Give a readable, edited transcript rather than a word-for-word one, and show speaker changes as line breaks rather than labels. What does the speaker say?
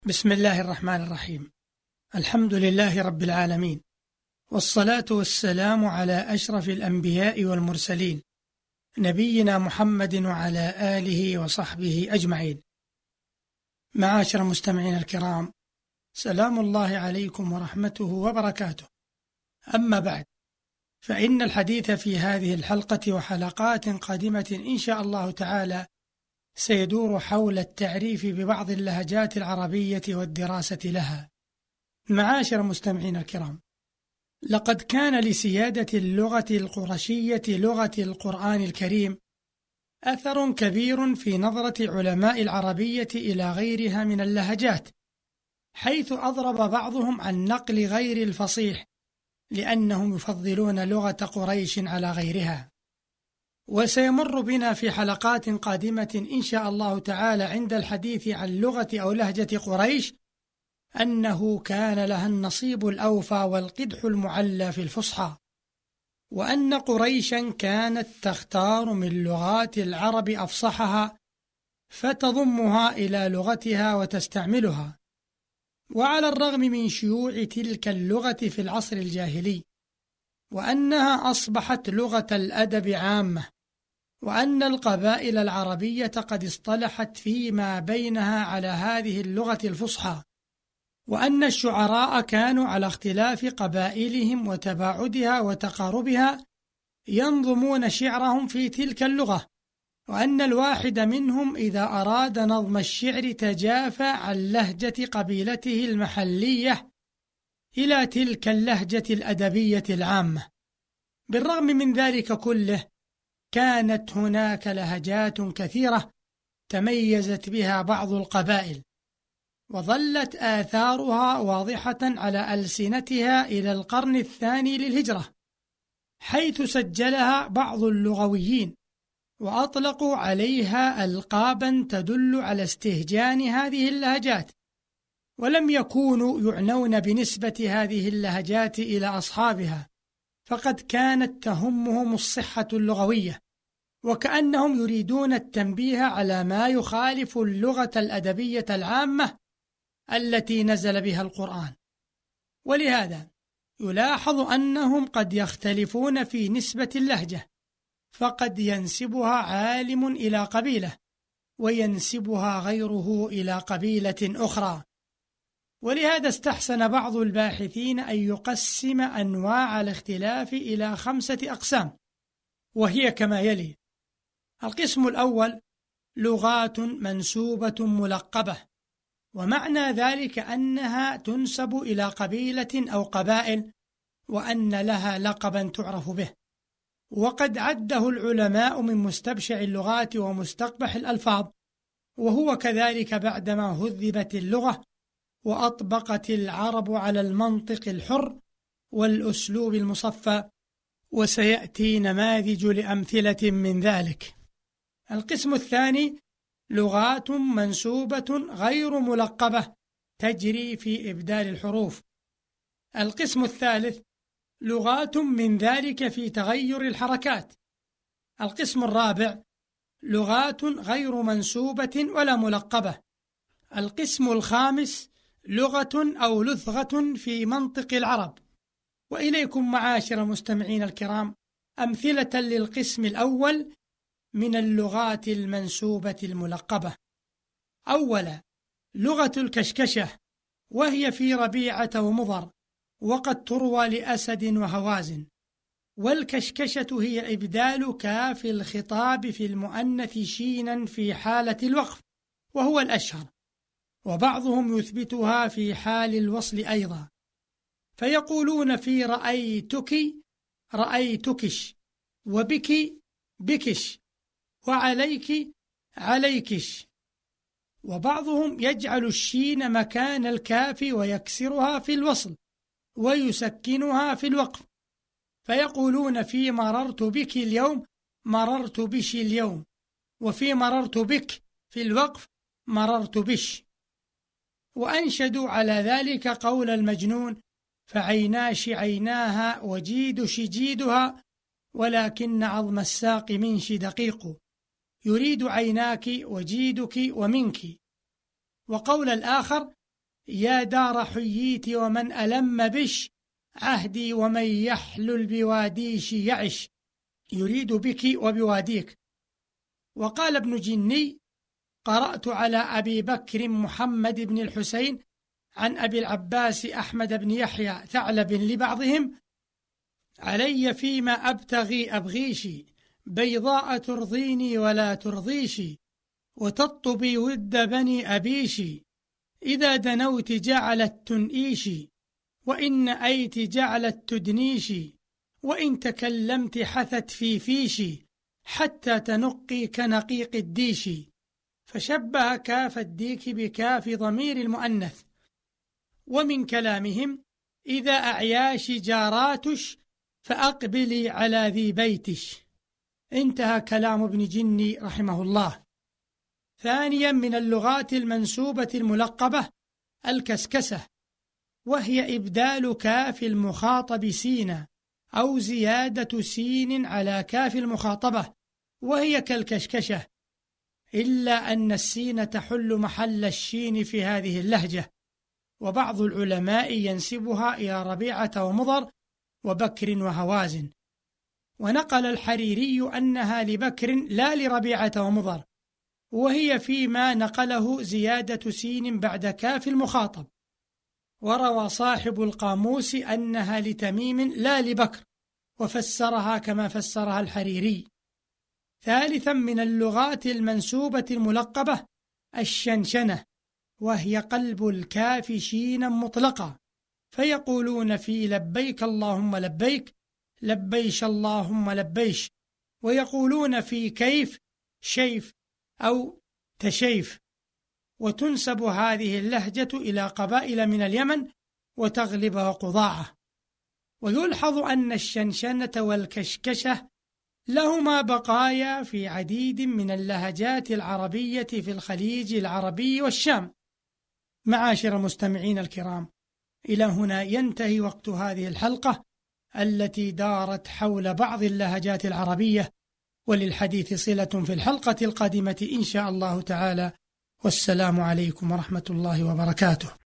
بسم الله الرحمن الرحيم. الحمد لله رب العالمين، والصلاة والسلام على أشرف الأنبياء والمرسلين، نبينا محمد وعلى آله وصحبه أجمعين. معاشر المستمعين الكرام، سلام الله عليكم ورحمته وبركاته. أما بعد، فإن الحديث في هذه الحلقة وحلقات قادمة إن شاء الله تعالى سيدور حول التعريف ببعض اللهجات العربية والدراسة لها. معاشر المستمعين الكرام، لقد كان لسيادة اللغة القرشية لغة القرآن الكريم أثر كبير في نظرة علماء العربية إلى غيرها من اللهجات، حيث أضرب بعضهم عن نقل غير الفصيح لأنهم يفضلون لغة قريش على غيرها. وسيمر بنا في حلقات قادمة إن شاء الله تعالى عند الحديث عن لغة أو لهجة قريش أنه كان لها النصيب الأوفى والقدح المعلى في الفصحى، وأن قريشا كانت تختار من لغات العرب أفصحها فتضمها إلى لغتها وتستعملها. وعلى الرغم من شيوع تلك اللغة في العصر الجاهلي، وأنها أصبحت لغة الأدب عامة، وأن القبائل العربية قد اصطلحت فيما بينها على هذه اللغة الفصحى، وأن الشعراء كانوا على اختلاف قبائلهم وتباعدها وتقاربها ينظمون شعرهم في تلك اللغة، وأن الواحد منهم إذا أراد نظم الشعر تجافى عن لهجة قبيلته المحلية إلى تلك اللهجة الأدبية العامة. بالرغم من ذلك كله، كانت هناك لهجات كثيرة تميزت بها بعض القبائل، وظلت آثارها واضحة على ألسنتها إلى القرن الثاني للهجرة، حيث سجلها بعض اللغويين وأطلقوا عليها ألقابا تدل على استهجان هذه اللهجات، ولم يكونوا يعنون بنسبة هذه اللهجات إلى أصحابها، فقد كانت تهمهم الصحة اللغوية، وكأنهم يريدون التنبيه على ما يخالف اللغة الأدبية العامة التي نزل بها القرآن. ولهذا يلاحظ أنهم قد يختلفون في نسبة اللهجة، فقد ينسبها عالم إلى قبيلة وينسبها غيره إلى قبيلة أخرى. ولهذا استحسن بعض الباحثين أن يقسم أنواع الاختلاف إلى 5 أقسام، وهي كما يلي: القسم الأول لغات منسوبة ملقبة، ومعنى ذلك أنها تنسب إلى قبيلة أو قبائل وأن لها لقبا تعرف به، وقد عده العلماء من مستبشع اللغات ومستقبح الألفاظ، وهو كذلك بعدما هذبت اللغة وأطبقت العرب على المنطق الحر والأسلوب المصفى، وسيأتي نماذج لأمثلة من ذلك. القسم الثاني لغات منسوبة غير ملقبة تجري في إبدال الحروف. القسم الثالث لغات من ذلك في تغير الحركات. القسم الرابع لغات غير منسوبة ولا ملقبة. القسم الخامس لغة أو لثغة في منطق العرب. وإليكم معاشر المستمعين الكرام أمثلة للقسم الأول من اللغات المنسوبة الملقبة. أولا، لغة الكشكشة، وهي في ربيعة ومضر، وقد تروى لأسد وهوازن. والكشكشة هي إبدال كاف الخطاب في المؤنث شينا في حالة الوقف، وهو الأشهر، وبعضهم يثبتها في حال الوصل أيضا، فيقولون في رأيتك رأيتكش، وبك بكش، وعليك عليكش. وبعضهم يجعل الشين مكان الكاف ويكسرها في الوصل ويسكنها في الوقف، فيقولون في مررت بك اليوم مررت بش اليوم، وفي مررت بك في الوقف مررت بش. وأنشدوا على ذلك قول المجنون: فعيناش عيناها وجيدش جيدها، ولكن عظم الساق منش دقيق، يريد عيناك وجيدك ومنك. وقول الآخر: يا دار حييت ومن ألم بش عهدي ومن يحلل بواديش يعش، يريد بك وبواديك. وقال ابن جني: قرأت على أبي بكر محمد بن الحسين عن أبي العباس أحمد بن يحيى ثعلب لبعضهم: علي فيما أبتغي أبغيشي، بيضاء ترضيني ولا ترضيشي، وتطبي ود بني أبيشي، إذا دنوت جعلت تنئيشي، وإن أيت جعلت تدنيشي، وإن تكلمت حثت في فيشي، حتى تنقي كنقيق الديشي. فشبه كاف الديك بكاف ضمير المؤنث. ومن كلامهم: إذا أعياش جاراتش فأقبلي على ذي بيتش. انتهى كلام ابن جني رحمه الله. ثانيا، من اللغات المنسوبة الملقبة الكسكسة، وهي إبدال كاف المخاطب سينا أو زيادة سين على كاف المخاطبة، وهي كالكشكشة، إلا أن السين تحل محل الشين في هذه اللهجة. وبعض العلماء ينسبها إلى ربيعة ومضر وبكر وهوازن. ونقل الحريري أنها لبكر لا لربيعة ومضر، وهي فيما نقله زيادة سين بعد كاف المخاطب. وروى صاحب القاموس أنها لتميم لا لبكر، وفسرها كما فسرها الحريري. ثالثا، من اللغات المنسوبة الملقبة الشنشنة، وهي قلب الكاف شينا مطلقا، فيقولون في لبيك اللهم لبيك، لبيش اللهم لبيش، ويقولون في كيف شيف أو تشيف. وتنسب هذه اللهجة إلى قبائل من اليمن وتغلبها قضاعة. ويلحظ أن الشنشنة والكشكشة لهما بقايا في عديد من اللهجات العربية في الخليج العربي والشام. معاشر المستمعين الكرام، إلى هنا ينتهي وقت هذه الحلقة التي دارت حول بعض اللهجات العربية، وللحديث صلة في الحلقة القادمة إن شاء الله تعالى. والسلام عليكم ورحمة الله وبركاته.